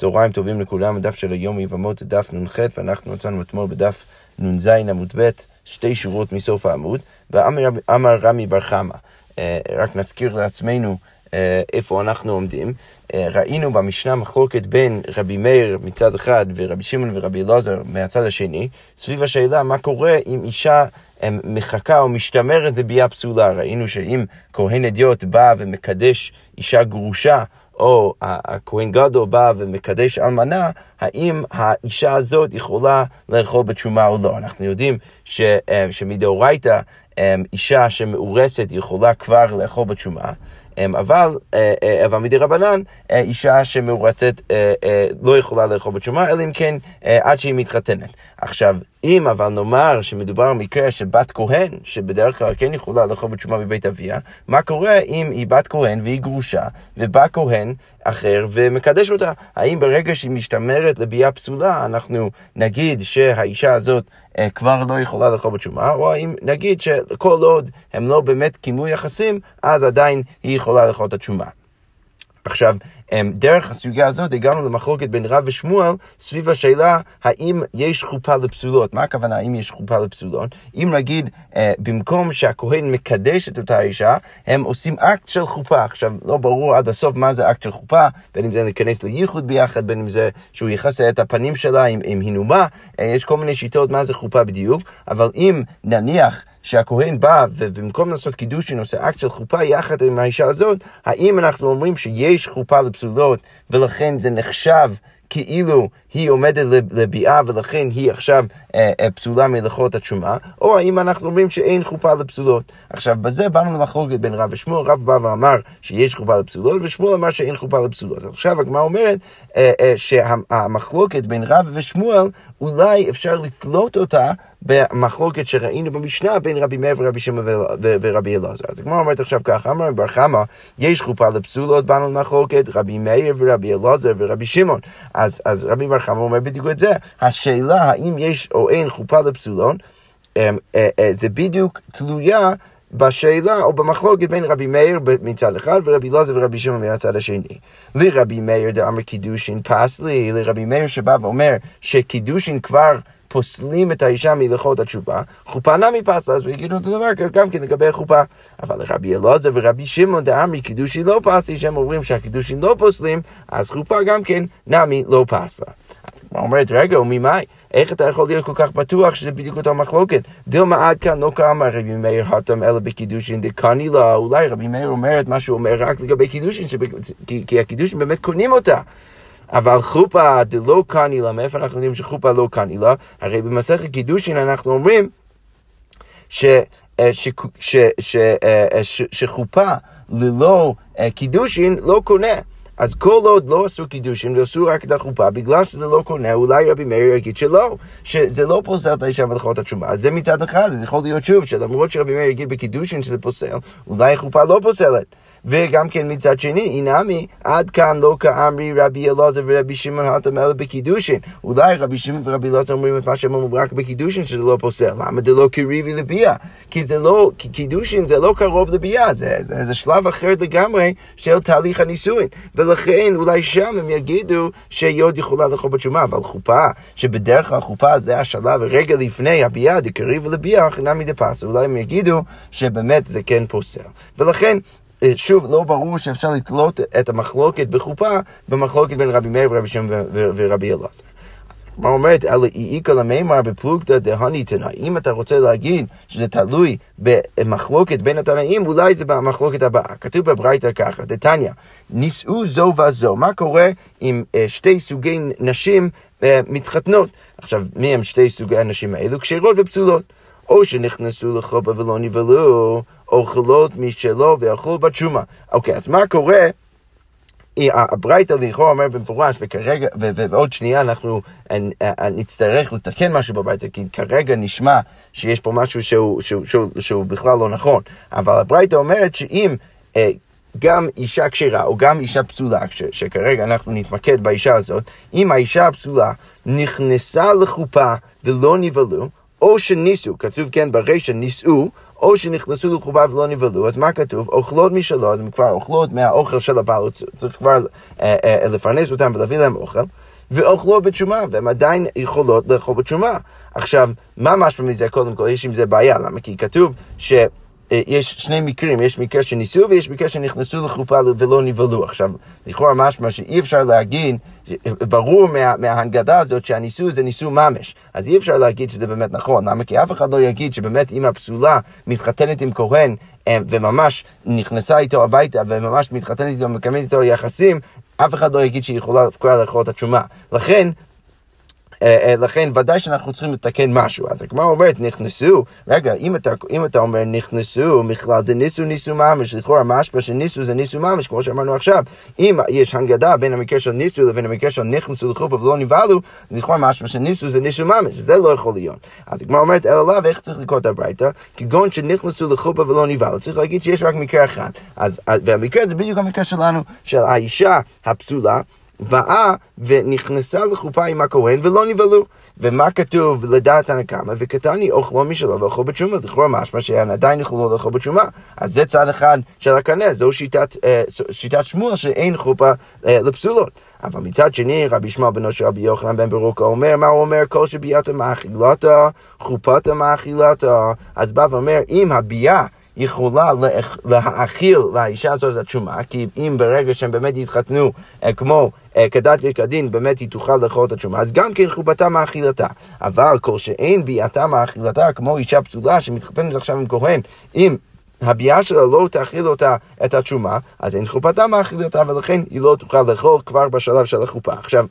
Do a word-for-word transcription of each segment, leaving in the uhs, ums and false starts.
צהריים טובים לכולם, הדף של היום יבמות זה דף נ"ח, ואנחנו מצאנו אתמול בדף נ"ז עמוד ב', שתי שורות מסוף העמוד, ואמר רמי בר חמא. רק נזכיר לעצמנו איפה אנחנו עומדים. ראינו במשנה מחלוקת בין רבי מאיר מצד אחד ורבי שמעון ורבי אלעזר מהצד השני, סביב השאלה מה קורה אם אישה מחכה או משתמרת לביאה פסולה. ראינו שאם כהן אדיוט בא ומקדש אישה גרושה, או הכהן גדול בא ומקדש אלמנה, האם האישה הזאת יכולה לאכול בתשומה או לא? אנחנו יודעים ש, שמדאורייתא אישה שמאורסת יכולה כבר לאכול בתשומה, אבל, אבל מדי רבנן אישה שמאורסת לא יכולה לאכול בתשומה, אלא אם כן עד שהיא מתחתנת. עכשיו, אם אבל נאמר שמדובר במקרה של בת כהן, שבדרך כלל כן יכולה לאכול בתשומה בבית אביה, מה קורה אם היא בת כהן והיא גרושה, ובא כהן אחר ומקדש אותה? האם ברגע שהיא משתמרת לביאה פסולה, אנחנו נגיד שהאישה הזאת כבר לא יכולה לאכול בתשומה, או האם נגיד שכל עוד הם לא באמת קיימו יחסים, אז עדיין היא יכולה לאכול את התשומה? עכשיו, דרך הסוגיה הזאת הגענו למחלוקת בין רב ושמואל סביב השאלה האם יש חופה לפסולות. מה הכוונה האם יש חופה לפסולות? אם נגיד במקום שהכהן מקדש את אותה אישה, הם עושים אקט של חופה. עכשיו, לא ברור עד הסוף מה זה אקט של חופה, בין אם זה להיכנס לייחוד ביחד, בין אם זה שהוא יכסה את הפנים שלה עם, עם הינומה, יש כל מיני שיטות מה זה חופה בדיוק, אבל אם נניח שהכהן בא ובמקום לעשות קידושין עושה אקט של חופה יחד עם האישה הזאת, האם אנחנו אומרים שיש חופה לפסולות ולכן זה נחשב כאילו היא עומדת לביאה ולכן היא עכשיו אה, אה, פסולה מלאכות התשומה, או האם אנחנו אומרים שאין חופה לפסולות? עכשיו, בזה באנו למחלוקת בין רב ושמואל. רב בא ואמר שיש חופה לפסולות, ושמואל אמר שאין חופה לפסולות. עכשיו, הגמרא אומרת אה, אה, שהמחלוקת בין רב ושמואל, אולי אפשר לתלות אותה במחלוקת שראינו במשנה בין רבי מאיר ורבי שמעון ורבי אלעזר. אז הגמרא אומרת עכשיו ככה, אמר בר חמא, יש חופה לפסולות, באנו למחלוקת רבי מאיר ורבי אלעזר ורבי שמעון. אז, אז רבי בר חמא אומר בדיוק את זה. השאלה האם יש או אין חופה לפסולות, זה בדיוק תלויה בשאלה או במחלוקת בין רבי מאיר מצד אחד ורבי אלעזר ורבי שמעון מהצד השני. לרבי מאיר דאמר קידושין פסלי, לרבי מאיר שבא ואומר שקידושין כבר פוסלים את האישה מלאכות התשובה, חופה נמי פסלה, אז הוא יגידו את הדבר גם כן לגבי חופה. אבל לרבי אלעזר ורבי שמעון דאמר קידושין לא פסלי, שהם אומרים שהקידושין לא פוסלים, אז חופה גם כן נמי לא פסלה. אז הוא אומרת, רגע, וממאי? איך אתה יכול להיות כל כך בטוח שזה בדיוק אותה מחלוקת? דילמה עד כאן לא כאמר רבי מאיר חתם אלא בקידושין דקני לה. אולי רבי מאיר אומר את מה שהוא אומר רק לגבי קידושין, כי, כי הקידושין באמת קונים אותה. אבל חופה דלא קני לה, מאיפה אנחנו יודעים שחופה לא קני לה? הרי במסכת קידושין אנחנו אומרים ש... ש, ש, ש, ש, שחופה ללא קידושין לא קונה. אז כל עוד לא עשו קידושין ועשו רק את החופה, בגלל שזה לא קונה, אולי רבי מאיר יגיד שלא, שזה לא פוסל את האישה מלאכות התשומה. אז זה מצד אחד, זה יכול להיות שוב, שלמרות שרבי מאיר יגיד בקידושין שזה פוסל, אולי החופה לא פוסלת. וגם כן מצד שני, אינמי, עד כאן לא כאמרי רבי אלעזר ורבי שמעון חתם אלא בקידושין. אולי רבי שמעון ורבי אלעזר אומרים את מה שהם אומרים רק בקידושין שזה לא פוסל. למה זה לא קריבי לביאה? כי זה לא, כי קידושין זה לא קרוב לביאה, זה, זה, זה שלב אחר לגמרי של תהליך הנישואין. ולכן אולי שם הם יגידו שיוד יכולה לאכול בתשומה, אבל חופה, שבדרך כלל חופה זה השלב רגע לפני הביאה, דקריבי לביאה, נמי דפסל. אולי הם יגידו שבאמת זה כן פוסל. ולכן שוב, לא ברור שאפשר לתלות את המחלוקת בחופה במחלוקת בין רבי מאיר ורבי שמעון ורבי אלעזר. מה אומרת? אלא איקא למימר בפלוגתא דהני תנאי. אם אתה רוצה להגיד שזה תלוי במחלוקת בין התנאים, אולי זה במחלוקת הבאה. כתוב בברייתא ככה, דתניא, נישאו זו וזו. מה קורה אם שתי סוגי נשים מתחתנות? עכשיו, מי הם שתי סוגי הנשים האלו? כשרות ופסולות. או שנכנסו לחופה ולא נבלו, או חלות משלו ואכלו בתשומה. אוקיי, אז מה קורה? הברייתא לכאורה אומר במפורש, וכרגע, ועוד שנייה אנחנו נצטרך לתקן משהו בברייתא, כי כרגע נשמע שיש פה משהו שהוא, שהוא, שהוא, שהוא בכלל לא נכון. אבל הברייתא אומרת שאם גם אישה כשרה או גם אישה פסולה, ש, שכרגע אנחנו נתמקד באישה הזאת, אם האישה הפסולה נכנסה לחופה ולא נבלו, או שניסו, כתוב כן ברישא נישאו, או שנכנסו לחופה ולא נבהלו, אז מה כתוב? אוכלות משלו, אז הם כבר אוכלות מהאוכל של הבעל, צריך כבר אה, אה, לפרנס אותם ולהביא להם אוכל, ואוכלו בתשומה, והם עדיין יכולות לאכול בתשומה. עכשיו, מה משמע מזה? קודם כל, יש עם זה בעיה, למה? כי כתוב ש... יש שני מקרים, יש מקרה שניסו ויש מקרה שנכנסו לחופה ולא נבהלו. עכשיו, לכאורה משמע שאי אפשר להגיד, ברור מה, מההנגדה הזאת שהניסו זה ניסו ממש. אז אי אפשר להגיד שזה באמת נכון. למה? כי אף אחד לא יגיד שבאמת אם הפסולה מתחתנת עם כהן וממש נכנסה איתו הביתה וממש מתחתנת איתו ומקיימת איתו יחסים, אף אחד לא יגיד שהיא יכולה כבר לאכול את התשומה. לכן, לכן ודאי שאנחנו צריכים לתקן משהו. אז הגמרא אומרת נכנסו, רגע, אם אתה, אם אתה אומר נכנסו, מכלל דניסו ניסו ממש, לכאורה משמע שניסו זה ניסו ממש, כמו שאמרנו עכשיו, אם יש הנגדה בין המקרה של ניסו לבין המקרה של נכנסו לחופה ולא נבהלו, לכאורה משמע שניסו זה ניסו ממש, זה לא יכול להיות. אז הגמרא אומרת אלא לאו, איך צריך לקרוא את הברייתא? כגון שנכנסו לחופה ולא נבהלו, צריך להגיד שיש רק מקרה אחד. אז, והמקרה זה בדיוק המקרה שלנו, של האישה הפסולה, באה ונכנסה לחופה עם הכהן ולא נבהלו. ומה כתוב לדעת תנא קמא? וקטני אוכלו משלו ואוכלו בתשומה, לכאורה משמע שהן עדיין יכולו לאכול בתשומה. אז זה צד אחד של הקנה, זו שיטת, שיטת שמואל שאין חופה לפסולות. אבל מצד שני, רבי ישמעאל בנו של רבי יוחנן בן ברוקה אומר, מה הוא אומר? כל שביאתה מאכילתה, חופתה מאכילתה. אז בא ואומר, אם הביאה יכולה להאכיל לאישה הזאת את התשומה, כי אם ברגע שהם באמת יתחתנו כמו כדת וכדין, באמת היא תוכל לאכול את התשומה, אז גם כן חופתה מאכילתה. אבל כל שאין ביאתה מאכילתה, כמו אישה פסולה שמתחתנת עכשיו עם כהן, אם הביאה שלה לא תאכיל אותה את התשומה, אז אין חופתה מאכילתה, ולכן היא לא תוכל לאכול כבר בשלב של החופה. עכשיו,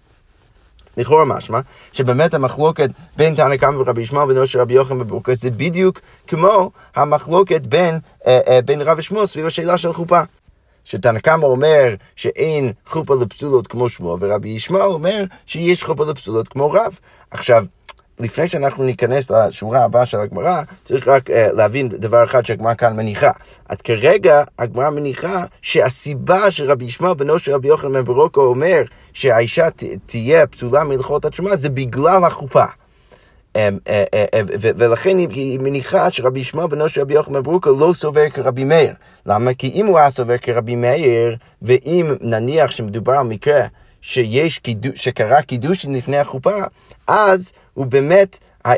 לכאורה משמע, שבאמת המחלוקת בין תנא קמא ורבי ישמעאל בנו של רבי יוחנן בן ברוקה זה בדיוק כמו המחלוקת בין, אה, אה, בין רב ושמואל סביב השאלה של חופה. שתנא קמא אומר שאין חופה לפסולות כמו שמואל, ורבי ישמעאל אומר שיש חופה לפסולות כמו רב. עכשיו, לפני שאנחנו ניכנס לשורה הבאה של הגמרא, צריך רק uh, להבין דבר אחד שהגמרא כאן מניחה. אז כרגע הגמרא מניחה שהסיבה שרבי ישמעאל בנו של רבי יוחנן בן ברוקה אומר שהאישה ת, תהיה פסולה מלאכול התשומה, זה בגלל החופה. Um, uh, uh, uh, ו- ולכן היא מניחה שרבי ישמעאל בנו של רבי יוחנן בן ברוקה לא סובר כרבי מאיר. למה? כי אם הוא היה סובר כרבי מאיר, ואם נניח שמדובר על מקרה שיש קידוש, שקרה קידוש לפני החופה, אז הוא באמת,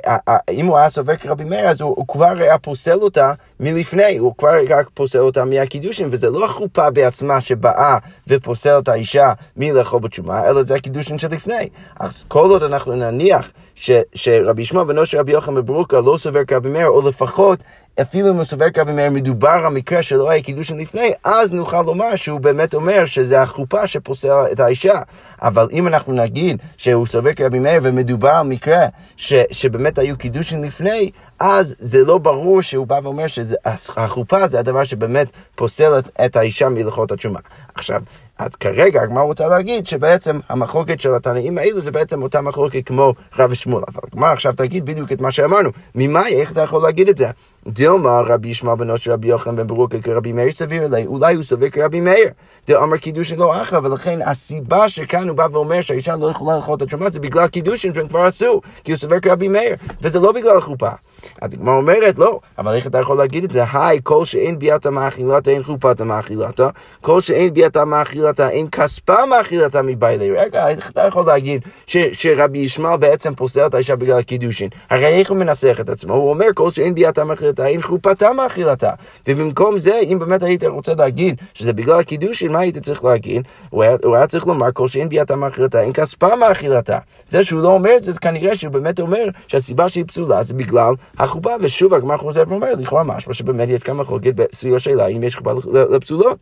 אם הוא היה סובר כרבי מאיר, אז הוא, הוא כבר היה פוסל אותה מלפני, הוא כבר היה פוסל אותה מהקידושים, וזה לא החופה בעצמה שבאה ופוסל את האישה מלאכול בתשומה, אלא זה הקידושים שלפני. אז כל עוד אנחנו נניח ש, שרבי ישמעאל בנו של רבי יוחנן בן ברוקה לא סובר כרבי מאיר, או לפחות אפילו אם הוא סובר כרבי מאיר מדובר על מקרה שלא היה קידושים לפני, אז נוכל לומר שהוא באמת אומר שזה החופה שפוסל את האישה. אבל אם אנחנו נגיד שהוא סובר כרבי מאיר ומדובר על מקרה ש, שבאמת היו קידושים לפני, אז זה לא ברור שהוא בא ואומר שהחופה זה הדבר שבאמת פוסל את, את האישה מלאכול את התשומה. עכשיו, אז כרגע הגמרא רוצה להגיד שבעצם המחלוקת של התנאים האלו זה בעצם אותה מחלוקת כמו רב ושמואל. אבל הגמרא עכשיו תגיד בדיוק את מה שאמרנו. ממאי, איך אתה יכול להגיד את זה? דילמה רבי ישמעאל בנו של רבי יוחנן בן ברוקה כרבי מאיר סביר אליי, אולי הוא סובר כרבי מאיר. דאמר קידושין לא אחא, ולכן הסיבה שכאן הוא בא ואומר שהאישה לא יכולה לאכול את התשומה זה בגלל קידושין שהם כבר עשו, כי הוא סובר כרבי מאיר, וזה לא בגלל החופה. הגמרא אומרת לא, אבל איך אתה יכול להגיד את זה? היי, כל שאין ביאתה מאכילתה אין חופתה מאכילתה, כל שאין ביאתה מאכילתה אין כספה מאכילתה מבעילי. רגע, איך אתה יכול להגיד ש, שרבי ישמעאל בעצם פוסל את האישה בגלל הקידושין? הרי איך הוא מנסח את עצמו? הוא אומר כל שאין ביאתה מאכילתה אין חופתה מאכילתה, ובמקום זה, אם באמת היית רוצה להגיד שזה בגלל הקידושין, מה היית צריך להגיד? הוא היה, הוא היה צריך לומר כל שאין ביאתה מאכילתה אין כספה מאכילתה. זה שהוא לא אומר את זה, זה כנראה שהוא באמת אומר שהסיבה שהיא פסולה זה בגלל החופה. ושוב הגמרא חוזר ואומר לכאורה משמע שבאמת יש כמה מחלוקת בסביב השאלה אם יש חופה לפסולות.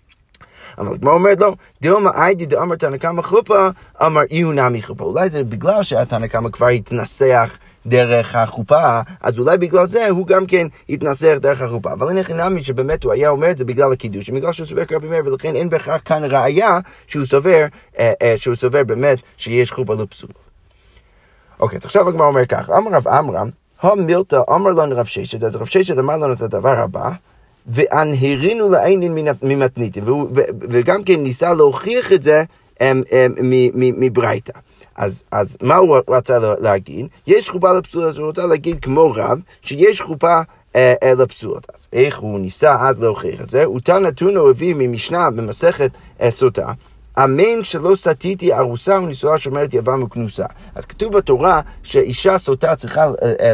אבל הגמרא אומרת לא, דילמה איידי דאמר תנא קמא חופה, אמר איהו נמי חופה. אולי זה בגלל שהתנא קמא כבר התנסח דרך החופה, אז אולי בגלל זה הוא גם כן התנסח דרך החופה. אבל אין הכי נמי שבאמת הוא היה אומר את זה בגלל הקידוש, בגלל שהוא סובר כרבי מאיר, ולכן אין בכך כאן ראיה שהוא סובר, אה, אה, שהוא סובר באמת שיש חופה לפסולות. אוקיי, עכשיו הגמרא אומר כך, אמר רב עמרם, המילתא אמר לנו רב ששת, אז רב ששת אמר לנו את הדבר הבא, ואנהרינו לעינין ממתניתין, וגם כן ניסה להוכיח את זה מברייתא. אז, אז מה הוא רצה להגיד? יש חופה לפסולה, אז הוא רוצה להגיד כמו רב, שיש חופה לפסולות. אז איך הוא ניסה אז להוכיח את זה? אותה נתון הוא הביא ממשנה במסכת סוטה, אמן שלא סטיתי ארוסה ונישואה שומרת יבם וכנוסה. אז כתוב בתורה שאישה סוטה צריכה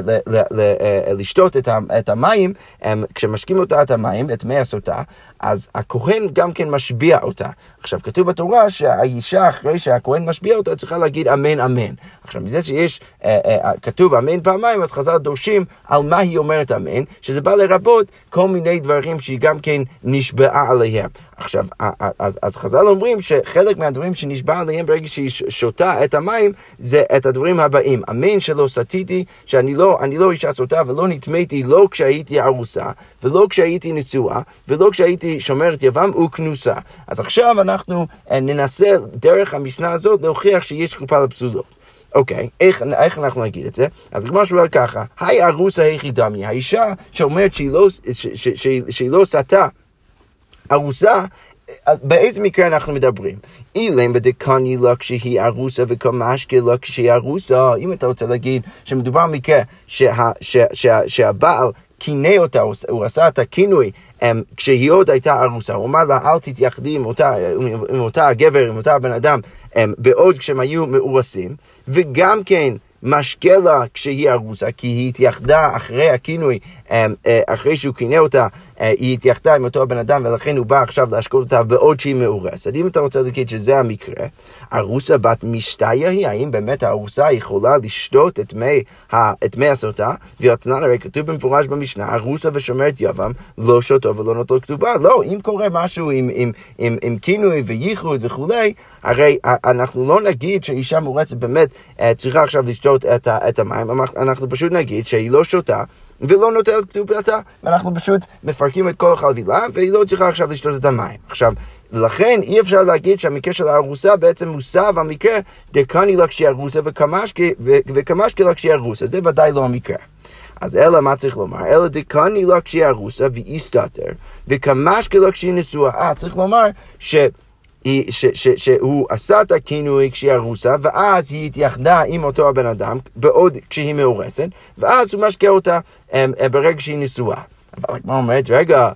לשתות את המים, כשמשקים אותה את המים, את מי הסוטה, אז הכהן גם כן משביע אותה. עכשיו, כתוב בתורה שהאישה אחרי שהכהן משביע אותה צריכה להגיד אמן אמן. עכשיו, מזה שיש, כתוב אמן פעמיים, אז חז"ל דורשים על מה היא אומרת אמן, שזה בא לרבות כל מיני דברים שהיא גם כן נשבעה עליהם. עכשיו, אז, אז חז"ל אומרים שחלק מהדברים שנשבעה עליהם ברגע שהיא שותה את המים, זה את הדברים הבאים. אמן שלא סטיתי, שאני לא, אני לא אישה סוטה ולא נטמאתי לא כשהייתי ארוסה, ולא כשהייתי נשואה, ולא כשהייתי שומרת יבם וכנוסה. אז עכשיו אנחנו ננסה דרך המשנה הזאת להוכיח שיש חופה לפסולות. אוקיי, איך, איך אנחנו נגיד את זה? אז כמו שהוא אומר ככה, היי ארוסה היחידה מי, האישה שאומרת שהיא לא, ש, ש, ש, שהיא לא סתה, ארוסה, באיזה מקרה אנחנו מדברים? אילם בדקני לה כשהיא ארוסה וכמשקה לה כשהיא ארוסה. אם אתה רוצה להגיד שמדובר על מקרה שה, שה, שה, שהבעל כינה אותה, הוא עשה את הכינוי כשהיא עוד הייתה ארוסה, הוא אמר לה אל תתייחדי עם אותה, עם אותה הגבר, עם אותה בן אדם, בעוד כשהם היו מאורסים, וגם כן משקה לה כשהיא ארוסה, כי היא התייחדה אחרי הכינוי, אחרי שהוא כינה אותה, היא התייחדה עם אותו הבן אדם, ולכן הוא בא עכשיו להשקות אותה בעוד שהיא מאורסת. אם אתה רוצה להגיד שזה המקרה, ארוסה בת משתיה היא, האם באמת הארוסה יכולה לשתות את מי, את מי הסוטה? והתנ"ך הרי כתוב במפורש במשנה, ארוסה ושומרת יבם לא שותו ולא נוטל כתובה. לא, אם קורה משהו עם, עם, עם, עם כינוי וייחוד וכולי, הרי אנחנו לא נגיד שאישה מאורסת באמת צריכה עכשיו לשתות את, את המים, אנחנו פשוט נגיד שהיא לא שותה, ולא נוטלת כתובתה, ואנחנו פשוט מפרקים את כל החבילה, והיא לא צריכה עכשיו לשתות את המים. עכשיו, לכן אי אפשר להגיד שהמקרה של הארוסה בעצם מוסב המקרה דקני לה כשהיא ארוסה וכמשקה לה כשהיא ארוסה. זה ודאי לא המקרה. אז אלא מה צריך לומר? אלא דקני לה כשהיא ארוסה והיא סתתר, וכמשקה לה כשהיא נשואה. אה, צריך לומר ש... ש, ש, שהוא עשה את הכינוי כשהיא ארוסה, ואז היא התייחדה עם אותו הבן אדם, בעוד כשהיא מאורסת, ואז הוא משקה אותה um, ברגע שהיא נשואה. אבל כמו אומרת, רגע,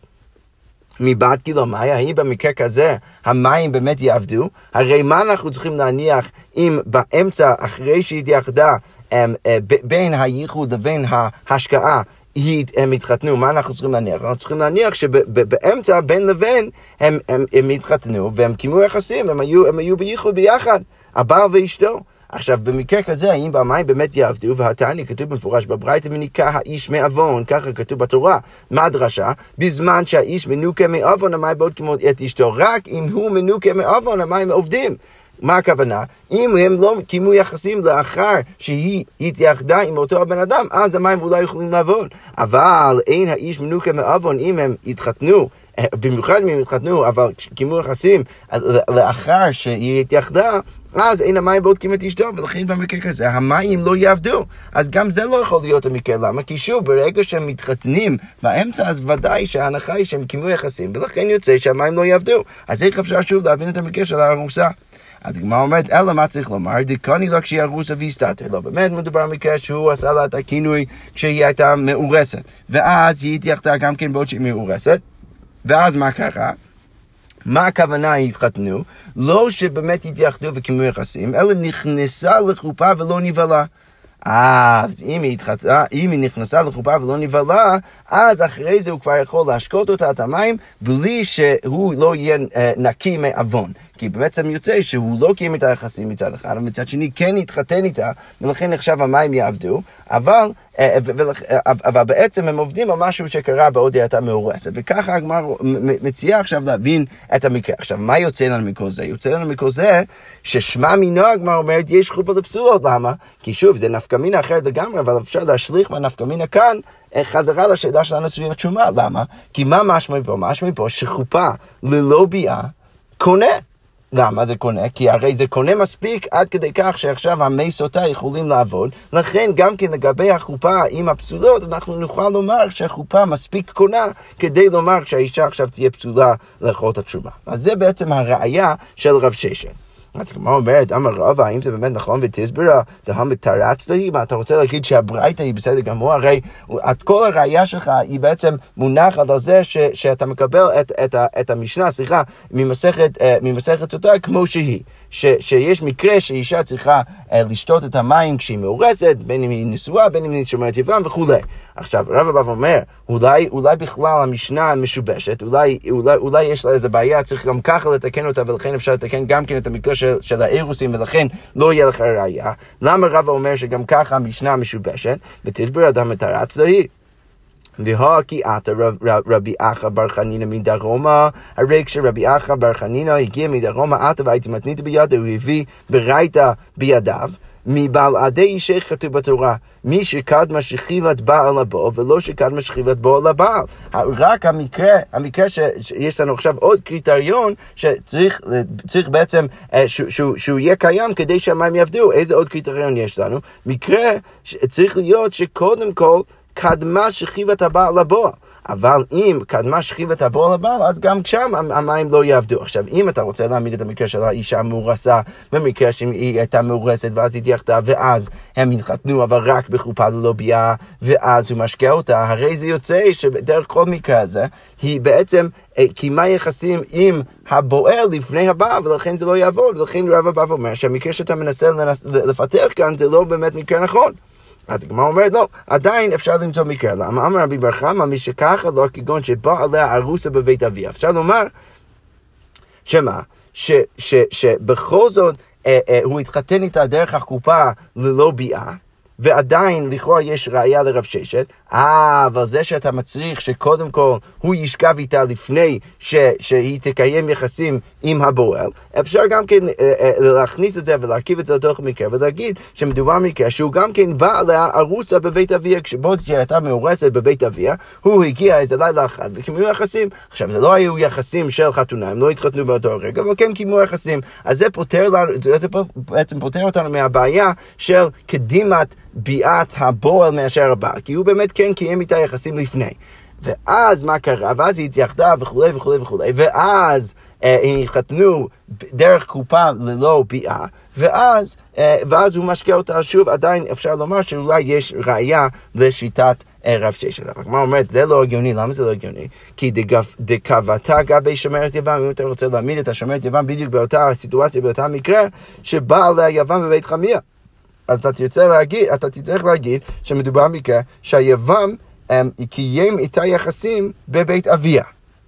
מבעד כאילו מאי, האם במקרה כזה המים באמת יעבדו? הרי מה אנחנו צריכים להניח אם באמצע, אחרי שהיא התייחדה um, uh, בין הייחוד לבין ההשקעה, הם התחתנו, מה אנחנו צריכים להניח? אנחנו צריכים להניח שבאמצע, בין לבין, הם, הם, הם התחתנו, והם קימו יחסים, הם היו, הם היו בייחוד ביחד, הבעל ואשתו. עכשיו, במקרה כזה, האם במים באמת יעבדו, והתניא כתוב במפורש בברייתא, וניקה האיש מעוון, ככה כתוב בתורה. מה הדרשה? בזמן שהאיש מנוקה מעוון, המים בעוד כמו את אשתו, רק אם הוא מנוקה מעוון, המים עובדים. מה הכוונה? אם הם לא קיימו יחסים לאחר שהיא התייחדה עם אותו הבן אדם, אז המים אולי יכולים לעבוד. אבל אין האיש מנוקה מעוון אם הם התחתנו, במיוחד אם הם התחתנו, אבל קיימו יחסים לאחר שהיא התייחדה, אז אין המים בעוד קיימת אשתו, ולכן במקרה כזה המים לא יעבדו. אז גם זה לא יכול להיות המקרה. למה? כי שוב, ברגע שהם מתחתנים באמצע, אז ודאי שההנחה היא שהם קיימו יחסים, ולכן יוצא שהמים לא יעבדו. אז איך אפשר שוב להבין את המקרה של הארוסה? אז הגמרא אומרת, אלא מה צריך לומר? דקני לה כשהיא ארוסה והיא סתתר. לא, באמת מדובר במקרה שהוא עשה לה את הכינוי כשהיא הייתה מאורסת. ואז היא התייחדה גם כן בעוד שהיא מאורסת. ואז מה קרה? מה הכוונה התחתנו? לא שבאמת התייחדו וקיימו יחסים, אלא נכנסה לחופה ולא נבלה. אה, אם היא התחתנה, אם היא נכנסה לחופה ולא נבלה, אז אחרי זה הוא כבר יכול להשקות אותה את המים, בלי שהוא לא יהיה נקי מעוון. כי בעצם יוצא שהוא לא קיים את היחסים מצד אחד, אבל מצד שני כן יתחתן איתה, ולכן עכשיו המים יעבדו, אבל, אבל בעצם הם עובדים על משהו שקרה בעוד הייתה מאורסת, וככה הגמרא מציעה עכשיו להבין את המקרה. עכשיו, מה יוצא לנו מכל זה? יוצא לנו מכל זה ששמה מינו הגמרא אומרת יש חופה לפסולות. למה? כי שוב, זה נפקא מינה אחרת לגמרי, אבל אפשר להשליך מהנפקא מינה כאן חזרה לשאלה שלנו סביב התשומה. למה? כי מה משמע פה? משמע פה שחופה ללא ביאה קונה. למה זה קונה? כי הרי זה קונה מספיק עד כדי כך שעכשיו המי סוטה יכולים לעבוד. לכן גם כן לגבי החופה עם הפסולות, אנחנו נוכל לומר שהחופה מספיק קונה כדי לומר שהאישה עכשיו תהיה פסולה לאכול את התשובה. אז זה בעצם הראייה של רב ששת. אז כמו אומרת, אמר רבא, האם זה באמת נכון ותסברה, דהם מתרץ לה, מה אתה רוצה להגיד שהברייתא היא בסדר גמור, הרי את כל הראייה שלך היא בעצם מונחת על זה ש, שאתה מקבל את, את, את המשנה, סליחה, ממסכת, ממסכת סוטה כמו שהיא. ש, שיש מקרה שאישה צריכה אה, לשתות את המים כשהיא מאורסת, בין אם היא נשואה, בין אם היא שומרת יבם וכו'. עכשיו, רבא בא ואומר, אולי, אולי בכלל המשנה משובשת, אולי, אולי, אולי יש לה איזה בעיה, צריך גם ככה לתקן אותה, ולכן אפשר לתקן גם כן את המקרה של, של האירוסים, ולכן לא יהיה לך ראייה. למה רבא אומר שגם ככה המשנה משובשת, ותסביר אדם מתרץ להיא? והכי עתה רבי אחא בר חנינא מדרומה, הרי כשרבי אחא בר חנינא הגיע מדרומה עתה והייתי מתנית בידו, הוא הביא ברייתא בידיו, מבלעדי שכתוב בתורה, מי שקדמה שכיבת בעל לבוא ולא שקדמה שכיבת בוא לבעל. רק המקרה, המקרה שיש לנו עכשיו עוד קריטריון שצריך צריך בעצם שהוא, שהוא יהיה קיים כדי שהמים יעבדו. איזה עוד קריטריון יש לנו? מקרה צריך להיות שקודם כל קדמה שכיבת הבעל לבוא. אבל אם קדמה שכיבת הבעל לבעל, אז גם שם המים לא יעבדו. עכשיו, אם אתה רוצה להעמיד את המקרה של האישה המאורסה, במקרה שהיא הייתה מאורסת ואז היא התייחדה, ואז הם התחתנו, אבל רק בחופה ללא ביאה, ואז הוא משקע אותה, הרי זה יוצא שבדרך כל מקרה הזה, היא בעצם קיימה יחסים עם הבועל לפני הבעל, ולכן זה לא יעבוד. ולכן רבא בא ואומר שהמקרה שאתה מנסה לפתח כאן, זה לא באמת מקרה נכון. אז הגמרא אומרת, לא, עדיין אפשר למצוא מקרה. למה אמר רבי בר חמא, מי שככה לא כגון שבא עליה ארוסה בבית אביה. אפשר לומר, שמה? ש, ש, שבכל זאת אה, אה, הוא התחתן איתה דרך החופה ללא ביאה, ועדיין לכאורה יש ראייה לרב ששת, אה, אבל זה שאתה מצריך שקודם כל הוא ישכב איתה לפני ש, שהיא תקיים יחסים עם הבועל, אפשר גם כן אה, אה, להכניס את זה ולהרכיב את זה לתוך מקרה, ולהגיד שמדובר מקרה שהוא גם כן בא עליה ארוסה בבית אביה, כשבו הייתה מאורסת בבית אביה, הוא הגיע איזה לילה אחד וקיימו יחסים. עכשיו זה לא היו יחסים של חתונה, הם לא התחתנו באותו רגע, אבל כן קיימו יחסים. אז זה פותר לנו, זה בעצם פותר אותנו מהבעיה של קדימת ביאת הבועל מאשר הבעל, כי הוא באמת כן קיים איתה יחסים לפני. ואז מה קרה? ואז היא התייחדה וכו' וכו' וכו'. ואז אה, הם התחתנו דרך קופה ללא ביאה, ואז, אה, ואז הוא משקע אותה שוב. עדיין אפשר לומר שאולי יש ראייה לשיטת אה, רב ששת. מה אומרת? זה לא הגיוני. למה זה לא הגיוני? כי דקבתה גבי שומרת יבם, אם אתה רוצה להעמיד את השומרת יבם בדיוק באותה סיטואציה, באותה מקרה, שבא עליה יבם בבית חמיה. אז אתה תרצה להגיד, אתה תצטרך להגיד שמדובר מקרה שהיבם הם, קיים איתה יחסים בבית אביה.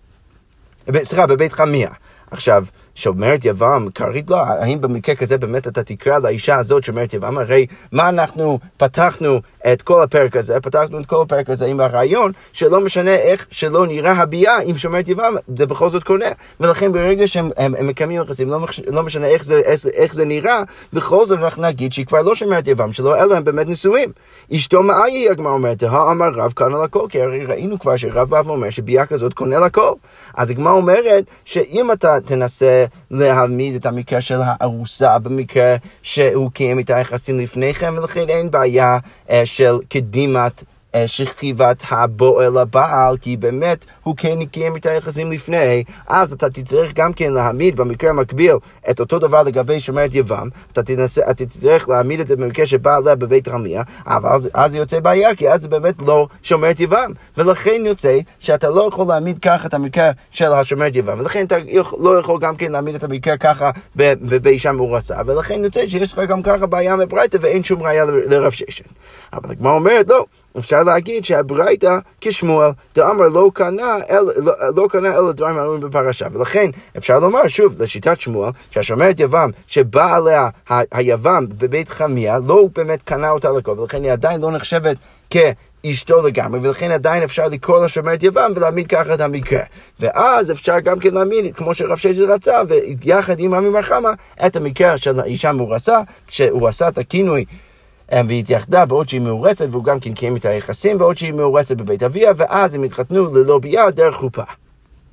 סליחה, בבית חמיה. עכשיו, שומרת יבם, קרית לה, האם במקרה כזה באמת אתה תקרא לאישה הזאת שומרת יבם? הרי מה אנחנו פתחנו את כל הפרק הזה, פתחנו את כל הפרק הזה עם הרעיון שלא משנה איך שלא נראה הביאה עם שומרת יבם, זה בכל זאת קונה. ולכן ברגע שהם הם, הם מקיימים יחסים, לא, לא משנה איך זה, איך, איך זה נראה, בכל זאת אנחנו נגיד שהיא כבר לא שומרת יבם שלו, אלא הם באמת נשואים. אשתו מאי, הגמרא אומרת, האמר רב קנה לכל, כי הרי ראינו כבר שרב בא ואומר שביאה כזאת קונה לכל. אז הגמרא אומרת שאם אתה תנסה להעמיד את המקרה של הארוסה במקרה שהוא קיים איתה יחסים לפני כן, ולכן אין בעיה של קדימת שכיבת הבועל לבעל, כי באמת הוא כן קיים איתה יחסים לפני. אז אתה תצטרך גם כן להעמיד במקרה המקביל את אותו דבר לגבי שומרת יבם. אתה תנסה, אתה תצטרך להעמיד את זה במקרה שבא עליה בבית חמיה, אבל אז, אז יוצא בעיה, כי אז זה באמת לא שומרת יבם, ולכן יוצא שאתה לא יכול להעמיד ככה את המקרה של השומרת יבם, ולכן אתה לא יכול גם כן להעמיד את המקרה ככה באישה מאורסה, ולכן יוצא שיש לך גם ככה בעיה מברייתא ואין שום ראיה לרב ששת. אבל הגמרא אומרת לא, אפשר להגיד שהברייתא כשמואל דאמר לא קנה אלא לא, לא קנה אלא דברים האמורים בפרשה, ולכן אפשר לומר שוב לשיטת שמואל שהשומרת יבם שבא עליה ה- היבם בבית חמיה לא באמת קנה אותה לכל, ולכן היא עדיין לא נחשבת כאשתו לגמרי, ולכן עדיין אפשר לקרוא לשומרת יבם ולהעמיד ככה את המקרה. ואז אפשר גם כן להעמיד, כמו שרב ששת רצה, ויחד עם רבי בר חמא, את המקרה של האישה מאורסה, שהוא עשה את הכינוי והתייחדה בעוד שהיא מאורסת, והוא גם כן קיים את היחסים בעוד שהיא מאורסת בבית אביה, ואז הם התחתנו ללא ביאה דרך חופה.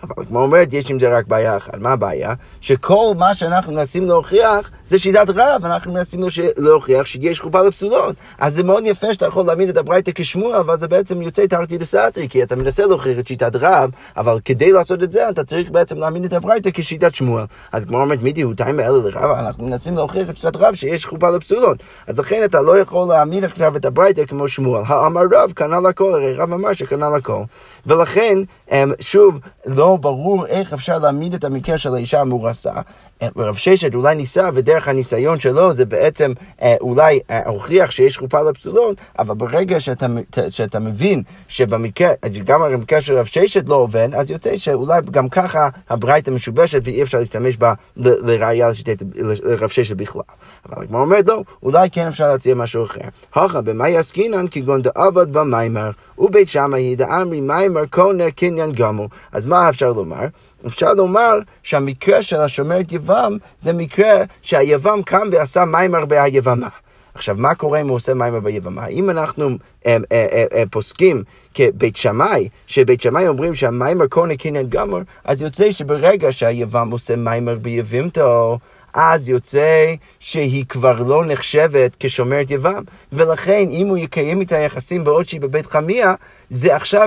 אבל כמו אומרת, יש עם זה רק בעיה אחת. מה הבעיה? שכל מה שאנחנו מנסים להוכיח זה שיטת רב, אנחנו מנסים להוכיח שיש חופה לפסולות. אז זה מאוד יפה שאתה יכול להעמיד את הברייתא כשמואל, אבל זה בעצם יוצא תרתי דסתרי, כי אתה מנסה להוכיח את שיטת רב, אבל כדי לעשות את זה, אתה צריך בעצם להעמיד את הברייתא כשיטת שמואל. אז כמו אומרת, מי דיוטיים האלה לרב, אנחנו מנסים להוכיח את שיטת רב שיש חופה לפסולות. אז לכן אתה לא יכול להעמיד עכשיו את הברייתא כמו שמואל. האמר רב קנה לכל, הרי רב אמר שקנה לכל. ולכן, שוב, לא ברור איך אפשר להעמיד את המקרה של האישה המאורסה. רב ששת אולי ניסה, ודרך הניסיון שלו זה בעצם אולי הוכיח שיש חופה לפסולות, אבל ברגע שאתה, שאתה מבין שבמקרה, גם המקרה של רב ששת לא עובד, אז יוצא שאולי גם ככה הברייתא משובשת ואי אפשר להשתמש בה לראיה לרב ששת בכלל. אבל כמו אומרת לו, אולי כן אפשר להציע משהו אחר. הכה במאי עסקינן כגון דעבד במיימר, ובית שמאי דאמרי מיימר קונה קניין גמור. אז מה אפשר לומר? אפשר לומר שהמקרה של השומרת יבם זה מקרה שהיבם קם ועשה מיימר ביבמה. עכשיו, מה קורה אם הוא עושה מיימר ביבמה? אם אנחנו הם, הם, הם, הם, פוסקים כבית שמאי, שבית שמאי אומרים שהמיימר קונה קניין גמור, אז יוצא שברגע שהיבם עושה מיימר ביבמתו, אז יוצא שהיא כבר לא נחשבת כשומרת יבם, ולכן אם הוא יקיים את היחסים בעוד שהיא בבית חמיה, זה עכשיו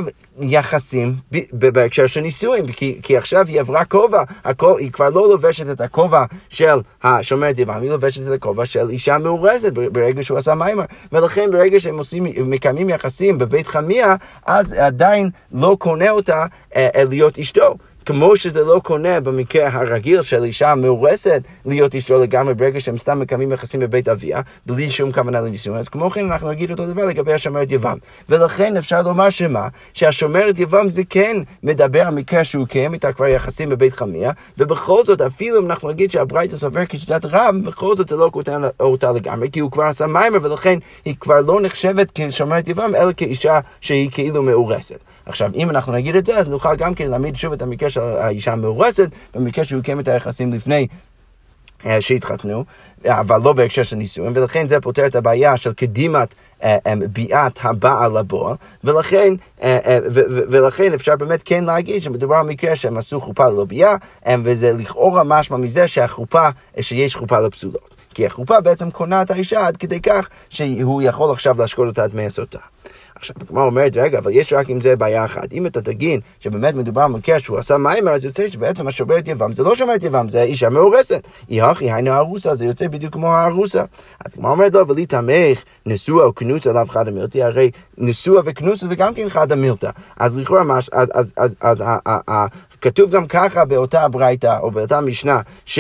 יחסים בהקשר של נישואים, כי, כי עכשיו היא עברה כובע, היא כבר לא לובשת את הכובע של השומרת יבם, היא לובשת את הכובע של אישה מאורסת ברגע שהוא עשה מיימר, ולכן ברגע שהם עושים, מקיימים יחסים בבית חמיה, אז עדיין לא קונה אותה אה, להיות אשתו. כמו שזה לא קונה במקרה הרגיל של אישה מאורסת להיות אשתו לגמרי ברגע שהם סתם מקיימים יחסים בבית אביה, בלי שום כוונה לנישואים. אז כמו כן אנחנו נגיד אותו דבר לגבי השומרת יבם. ולכן אפשר לומר שמה? שהשומרת יבם זה כן מדבר על מקרה שהוא קיים איתה כבר יחסים בבית חמיה, ובכל זאת אפילו אם אנחנו נגיד שהברייתא סובר כשיטת רב, בכל זאת זה לא קונה אותה לגמרי, כי הוא כבר עשה מיימר, ולכן היא כבר לא נחשבת כשומרת יבם, אלא כאישה שהיא כאילו מאורסת. עכשיו, אם אנחנו נגיד את זה, אז נוכל גם כן להעמיד שוב את המקרה של האישה המאורסת, במקרה שהוא קיים את היחסים לפני שהתחתנו, אבל לא בהקשר של נישואים, ולכן זה פותר את הבעיה של קדימת ביאת הבעל לבועל, ולכן, ולכן אפשר באמת כן להגיד שמדובר על מקרה שהם עשו חופה ללא ביאה, וזה לכאורה משמע מזה שהחופה, שיש חופה לפסולות. כי החופה בעצם קונה את האישה עד כדי כך שהוא יכול עכשיו להשקול אותה את מעשותיה. עכשיו, כמו אומרת, רגע, אבל יש רק עם זה בעיה אחת. אם אתה תגיד שבאמת מדובר על מקרה שהוא עשה מיימר, אז יוצא שבעצם השומרת יבם, זה לא שומרת יבם, זה אישה מאורסת. היא הכי, היינו הארוסה, זה יוצא בדיוק כמו הארוסה. אז כמו אומרת לו, ולי תמך, נשואה או כנוסה עליו חד המילתי, הרי נשואה וכנוסה זה גם כן חד המילתה. אז לכאורה, אז, אז, אז, אז, אז, כתוב גם ככה באותה הברייתא, או באותה משנה, ש...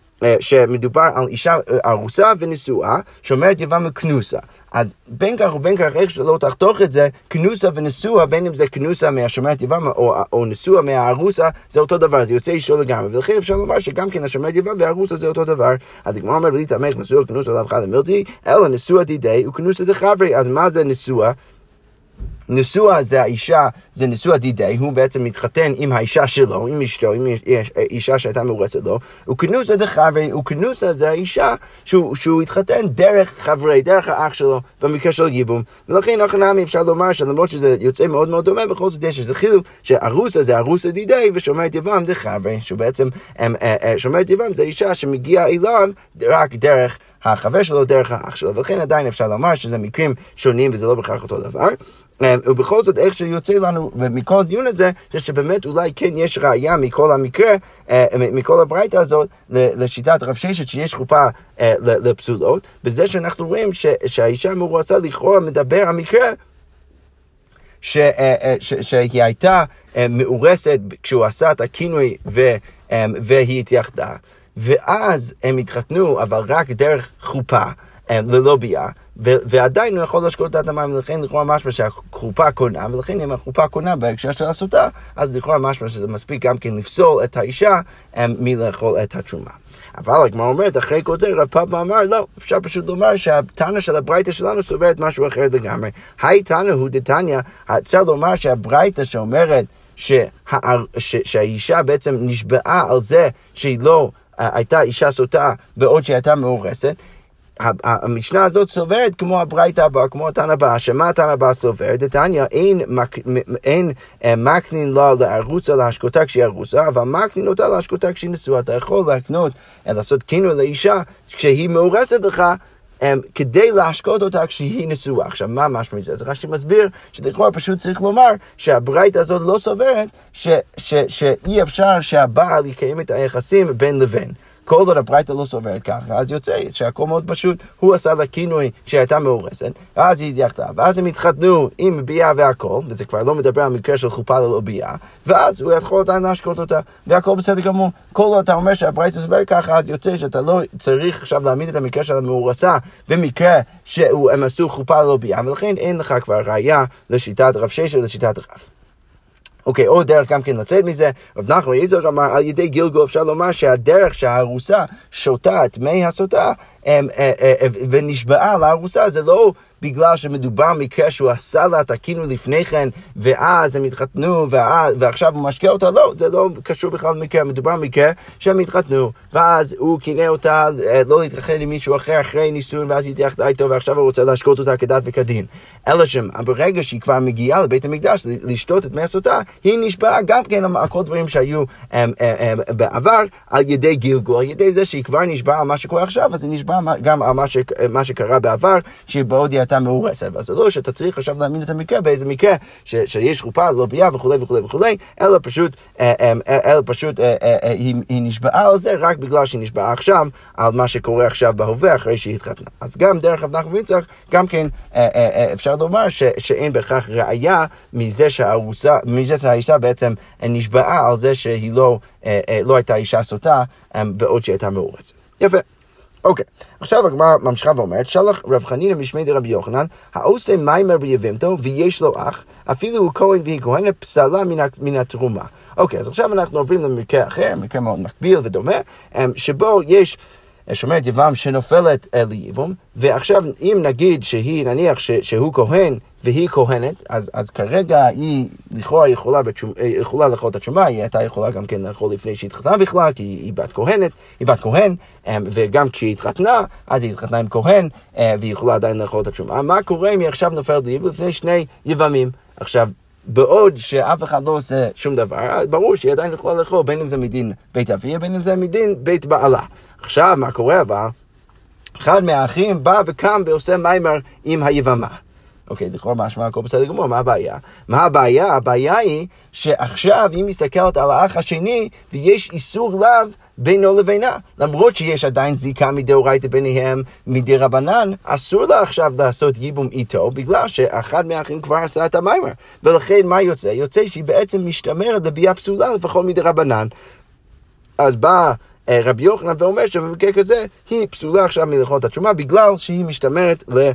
שמדובר על אישה ארוסה ונשואה, שומרת יבם וכנוסה. אז בין כך ובין כך, איך שלא תחתוך את זה, כנוסה ונשואה, בין אם זה כנוסה מהשומרת יבם או, או נשואה מהארוסה, זה אותו דבר, זה יוצא אישו לגמרי. ולכן אפשר לומר שגם כן השומרת יבם והארוסה זה אותו דבר. אז כמו אומר, בלי תמך נשואה וכנוסה עליו חד המילתי, אלא נשואה דידי וכנוסה דחברי. אז מה זה נשואה? נשואה זה האישה, זה נשואה דידי, הוא בעצם מתחתן עם האישה שלו, עם אשתו, עם אישה שהייתה מאורסת לו, וכנוסה דחברי, וכנוסה זה האישה שהוא, שהוא התחתן דרך חברי, דרך האח שלו, במקרה של גיבום. ולכן אחרי אפשר לומר שלמרות שזה יוצא מאוד מאוד דומה, בכל זאת יש איזה חילוק, שארוסה זה ארוסה דידי, ושומרת יבם דחברי, שבעצם שומרת יבם זה אישה שמגיעה אליו רק דרך החבר שלו, דרך האח שלו, ולכן עדיין אפשר לומר שזה מקרים שונים וזה לא בכך אותו דבר. ובכל זאת איך שיוצא לנו מכל הדיון הזה, זה שבאמת אולי כן יש ראייה מכל המקרה, מכל הברייתא הזאת, לשיטת רב ששת שיש חופה לפסולות, בזה שאנחנו רואים שהאישה מאורסה לכאורה מדבר המקרה, שהיא הייתה מאורסת כשהוא עשה את הכינוי והיא התייחדה. ואז הם התחתנו, אבל רק דרך חופה, ללא ביאה, ועדיין הוא יכול לשקול את המים, ולכן לכאורה משמע שהחופה קונה, ולכן אם החופה קונה בהקשר של הסוטה, אז לכאורה משמע שזה מספיק גם כן לפסול את האישה מלאכול את התרומה. אבל כמו אומרת, אחרי כל זה, רב פאפא אמר, לא, אפשר פשוט לומר שהתנא של הברייתא שלנו סוברת משהו אחר לגמרי. היי תנא הוא דתניא, אפשר לומר שהברייתא שאומרת שהאישה בעצם נשבעה על זה שהיא לא הייתה אישה סוטה בעוד שהיא הייתה מאורסת, המשנה הזאת סוברת כמו הברייתא הבאה, כמו התנא הבא, שמה התנא הבא סובר? דתניא, אין, אין מקנין לה לארוסה להשקותה כשהיא ארוסה, אבל מקנין אותה להשקותה כשהיא נשואה. אתה יכול להקנות, לעשות כינוי לאישה כשהיא מאורסת לך, Um, כדי להשקות אותה כשהיא נשואה. עכשיו, מה משמע מזה? אז רש"י מסביר שלכאורה פשוט צריך לומר שהברייתא הזאת לא סוברת ש, ש, שאי אפשר שהבעל יקיים את היחסים בין לבין. כל עוד הברייתא לא סוברת ככה, אז יוצא שהכל מאוד פשוט, הוא עשה לה כינוי שהייתה מאורסת, ואז היא התייחדה, ואז הם התחתנו עם ביאה והכל, וזה כבר לא מדבר על מקרה של חופה ללא ביאה, ואז הוא יכול עדיין להשקות אותה, והכל בסדר גמור. כל עוד אתה אומר שהברייתא סוברת ככה, אז יוצא שאתה לא צריך עכשיו להעמיד את המקרה של המאורסה, במקרה שהם עשו חופה ללא ביאה, ולכן אין לך כבר ראיה לשיטת רב ששת ולשיטת רב. אוקיי, עוד דרך גם כן לצאת מזה, רב נחמן יצחק אמר, על ידי גילגול אפשר לומר שהדרך שהארוסה שותה את מי הסוטה ונשבעה לארוסה, זה לא בגלל שמדובר מקרה שהוא עשה לה את הכינוי לפני כן, ואז הם התחתנו, ועכשיו הוא משקה אותה, לא, זה לא קשור בכלל למקרה, מדובר מקרה שהם התחתנו, ואז הוא כינה אותה לא להתרחן עם מישהו אחר אחרי ניסון, ואז היא התייחדה איתו, ועכשיו הוא רוצה להשקות אותה כדת וכדין. אלא שברגע שהיא כבר מגיעה לבית המקדש, לשתות את מי הסוטה, היא נשבעה גם כן על כל דברים שהיו הם, הם, הם, בעבר, על ידי גילגול, על ידי זה שהיא כבר נשבעה על מה שקורה עכשיו, אז היא נשבעה גם על מה, ש, מה שקרה בעבר, שהיא בעוד הייתה מאורסת. אז זה לא שאתה צריך עכשיו להאמין את המקרה באיזה מקרה ש, שיש חופה, לא ביאה וכו' וכו' וכו', אלא פשוט, אלא פשוט היא, היא נשבעה על זה רק בגלל שהיא נשבעה עכשיו על מה שקורה עכשיו בהווה אחרי שהיא התחתנה. אז גם דרך רב נחמן יצחק, גם כן אפשר לומר ש, שאין בכך ראיה מזה שהארוסה, מזה שהאישה בעצם נשבעה על זה שהיא לא, לא הייתה אישה סוטה בעוד שהיא הייתה מאורסת. יפה. אוקיי, עכשיו הגמרא ממשיכה ואומרת, שלח רב חנינא משמי דרבי יוחנן, העושה מיימר ביבמתו ויש לו אח, אפילו הוא כהן והיא כהנת, פסלה מן, מן התרומה. אוקיי, אז עכשיו אנחנו עוברים למקרה אחר, מקרה מאוד מקביל ודומה, שבו יש שומרת יבם שנופלת ליבום, ועכשיו אם נגיד שהיא, נניח ש, שהוא כהן והיא כהנת, אז, אז כרגע היא לכאורה יכולה, בתשומ, יכולה לאכול את התשומה, היא הייתה יכולה גם כן לאכול לפני שהיא התחתנה בכלל, כי היא, היא בת כהנת, היא בת כהן, וגם כשהיא התחתנה, אז היא התחתנה עם כהן, והיא יכולה עדיין לאכול את התשומה. מה קורה אם היא עכשיו נופלת ליבום לפני שני יבמים? עכשיו, בעוד שאף אחד לא עושה שום דבר, ברור שהיא עדיין יכולה לאכול, בין אם זה מדין בית אביה, בין אם זה מדין בית בעלה. עכשיו, מה קורה אבל? אחד מהאחים בא וקם ועושה מיימר עם היבמה. אוקיי, לכאורה משמע הכל בסדר גמור, מה הבעיה? מה הבעיה? הבעיה היא שעכשיו היא מסתכלת על האח השני ויש איסור לאו בינו לבינה. למרות שיש עדיין זיקה מדאורייתא ביניהם מדי רבנן, אסור לה עכשיו לעשות ייבום איתו, בגלל שאחד מהאחים כבר עשה את המיימר. ולכן מה יוצא? יוצא שהיא בעצם משתמרת לביאה פסולה לפחות מדי רבנן. אז בא רבי יוחנן ואומר שבמקרה כזה היא פסולה עכשיו מלאכול את התשומה, בגלל שהיא משתמרת ל...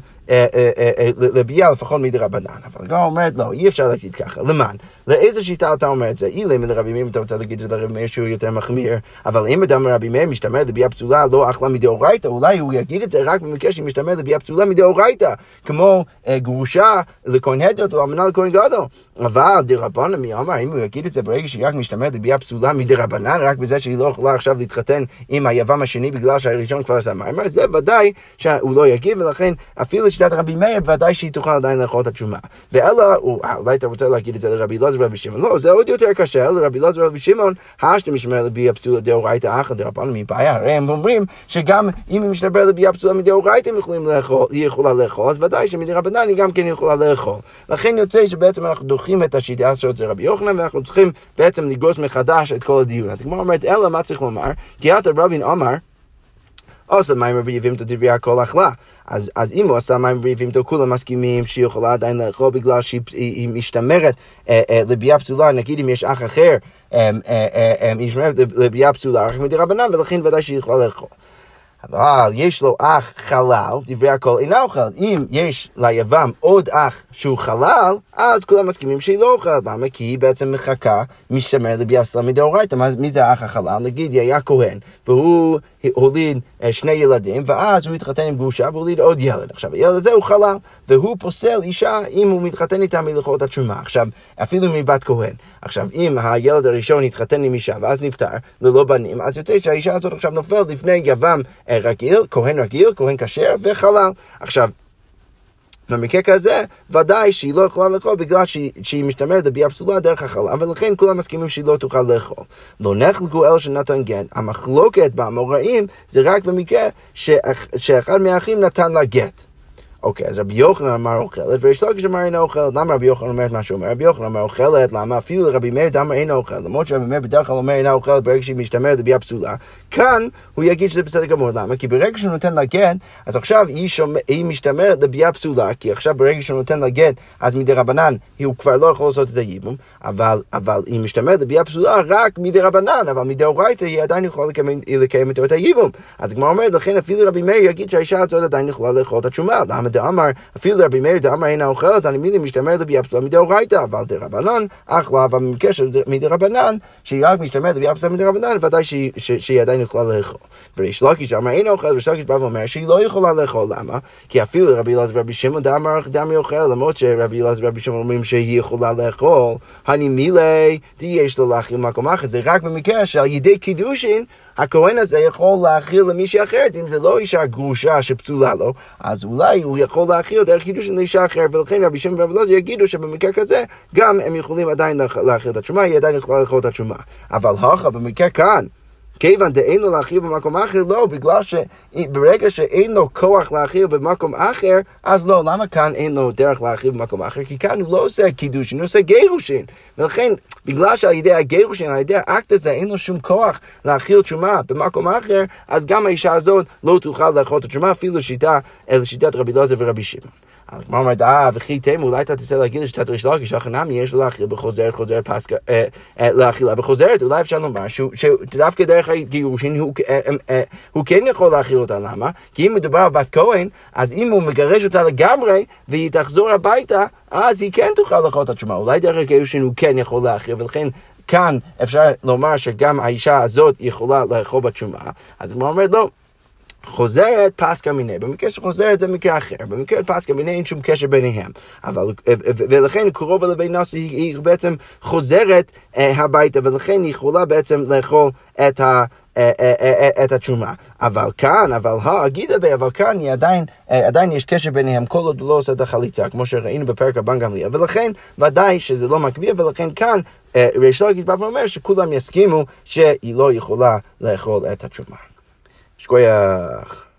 לביאה לפחות מדי רבנן. אבל גם אומרת לא, אי אפשר להגיד ככה. למען? לאיזה שיטה אתה אומר את זה? אילא מלרבי מאיר, אתה רוצה להגיד שזה לרבי מאיר שהוא יותר מחמיר, אבל אם אדם רבי מאיר משתמר לביאה פסולה לא אכלה מדאורייתא, אולי הוא יגיד את זה רק במקרה שהיא משתמר לביאה פסולה מדאורייתא, כמו גרושה לכהן הדת או אמנה לכהן גדול. אבל דרבנן מי אמר, אם הוא יגיד את זה ברגע שהיא רק משתמר לביאה פסולה מדי רבנן, רק בזה שהיא לא יכולה עכשיו להתחתן עם היבם השני בגלל שהראשון כבר עשה מיימר, זה ודאי שהוא לא יגיד, ולכן אפילו שיטת רבי מאיר, ודאי שהיא תוכל עדיין לאכול את התשומה. ואלה, אולי אתה רוצה להגיד את זה לרבי אלעזר ורבי שמעון, לא, זה עוד יותר קשה, לרבי אלעזר ורבי שמעון, השתה משתמר לביאה פסולה דאורייתא אחא דרבנן מי בעיה, הרי הם אומרים שגם אם היא משתמר לביאה פסולה מדאורייתא הם יכולים לאכול, היא יכולה לאכול, אז ודאי שמדי רבנן היא גם כן יכולה לאכול. לכן יוצא שבעצם אנחנו דוחים את השיטה של רבי יוחנן, ואנחנו צריכים בעצם לגרוס מחדש את כל הדיון. אז כמו אומרת, אלא מה צריך לומר? כי עתה רבין אמר, עושה מיימר ביבמתו דברי הכל אכלה. אז, אז אם הוא עשה מיימר ביבמתו, כולם מסכימים שהיא יכולה עדיין לאכול בגלל שהיא היא משתמרת אה, אה, לביאה פסולה. נגיד אם יש אח אחר, אה, אה, אה, היא משתמרת לביאה פסולה רק מדי רבנן, ולכן ודאי שהיא יכולה לאכול. אבל יש לו אח חלל, דברי הכל אינו אוכל. אם יש ליבם עוד אח שהוא חלל, אז כולם מסכימים שהיא לא אוכל. למה? כי היא בעצם מחכה, משתמר לביאה פסולה מדאורייתא. מי זה האח החלל? נגיד היה כהן, והוא הוליד שני ילדים, ואז הוא התחתן עם גרושה והוליד עוד ילד. עכשיו, הילד הזה הוא חלל, והוא פוסל אישה אם הוא מתחתן איתה מלאכול את התשומה. עכשיו, אפילו מבת כהן. עכשיו, אם הילד הראשון התחתן עם אישה, ואז נפטר ללא בנים, אז יוצא שהאישה הזאת עכשיו נופלת לפני יבם רגיל, כהן רגיל, כהן כשר וחלל. עכשיו, במקרה כזה, ודאי שהיא לא יכולה לאכול בגלל שהיא, שהיא משתמרת לביאה פסולה דרך החלב, ולכן כולם מסכימים שהיא לא תוכל לאכול. לא נחלקו אלו שנתן גט. המחלוקת באמוראים זה רק במקרה שאח, שאחד מהאחים נתן לה גט. אוקיי, אז רבי יוחנן אמר אוכלת, וריש לקיש אמר אינה אוכלת. למה רבי יוחנן אומר את מה שאומר? רבי יוחנן אמר אוכלת, למה? אפילו לרבי מאיר דאמר אינה אוכלת. למרות שרבי מאיר בדרך כלל אומר אינה אוכלת ברגע שהיא משתמרת לביאה פסולה, כאן הוא יגיד שזה בסדר גמור. למה? כי ברגע שהוא נותן לה גט, אז עכשיו היא, שומע, היא משתמרת לביאה פסולה, כי עכשיו ברגע שהוא נותן לה גט, אז מדי רבנן הוא כבר לא יכול לעשות את הייבום, אבל, אבל היא משתמרת לביאה פסולה רק מדי רבנן, אבל מדי אורייתא היא עדיין יכולה לקיים, לקיים את הייבום. אז כמו אומרת, לכן אפילו רבי מאיר יגיד שהאישה הזאת עדיין יכולה לאכול את התשומה. למה דאמר, אפילו רבי מאיר דאמר אינה אוכלת, אני מילי משתמרת לביאה פסולה מדי אורייתא, אבל דרבנן, אחלה, אבל במקשר מדי רבנן, שהיא רק משתמרת לביאה פסולה מדי רבנן, ודאי שהיא, שהיא עדיין יכולה לאכול. וריש לקיש אמר אינה אוכלת, וריש לקיש בא ואומר שהיא לא יכולה לאכול. למה? כי אפילו רבי אלעזר ורבי שמעון דאמר דמי אוכל, למרות שרבי אלעזר ורבי שמעון אומרים שהיא יכולה לאכול, הני מילי, יש לו להאכיל במקום אחר. זה רק במקרה שעל ידי קידושין, הכהן הזה יכול להאכיל למישהי אחרת. אם זה לא אישה גרושה שפסולה לו, אז אולי הוא יכול להאכיל דרך קידושין לאישה אחרת, ולכן רבי שמעון ורבי אלעזר יגידו שבמקרה כזה גם הם יכולים עדיין להאכיל את התשומה, היא עדיין יכולה לאכול את התשומה. אבל הכה במקרה כאן, כיוון דאין לו להאכיל במקום אחר, לא, בגלל שברגע שאין לו כוח להאכיל במקום אחר, אז לא. למה כאן אין לו דרך להאכיל במקום אחר? כי כאן הוא לא עושה קידושין, הוא עושה גירושין. ולכן, בגלל שעל ידי הגירושין, על ידי האקט הזה, אין לו שום כוח להאכיל תשומה במקום אחר, אז גם האישה הזאת לא תוכל לאכול את התשומה, אפילו שיטה, לשיטת רבי אלעזר ורבי שמעון. כמו אמרת, אה, וכי תימו, אולי אתה תצא להגיד לשיטת ריש לקיש, החנמי יש לו להאכיל בחוזרת, חוזרת פסקה, להאכילה בחוזרת, אולי אפשר לומר שדווקא דרך הגירושין הוא כן יכול להאכיל אותה. למה? כי אם מדובר על בת כהן, אז אם הוא מגרש אותה לגמרי והיא תחזור הביתה, אז היא כן תוכל לאכול את התשומה. אולי דרך הגירושין הוא כן יכול להאכיל, ולכן כאן אפשר לומר שגם האישה הזאת יכולה לאכול בתשומה. אז הוא אומר, לא. חוזרת פסקה מיני. במקרה שחוזרת זה מקרה אחר. במקרה פסקה מיני אין שום קשר ביניהם. אבל, ולכן קרובה לבית נשיא היא בעצם חוזרת הביתה, ולכן היא יכולה בעצם לאכול את ה... את התשומה. אבל כאן, אבל הגידה בי, אבל כאן היא עדיין, עדיין יש קשר ביניהם, כל עוד לא עושה את החליצה, כמו שראינו בפרק הבן גמליאל, ולכן ודאי שזה לא מקביע, ולכן כאן ריש לקיש בא ואומר שכולם יסכימו שהיא לא יכולה לאכול את התשומה. שכוייח.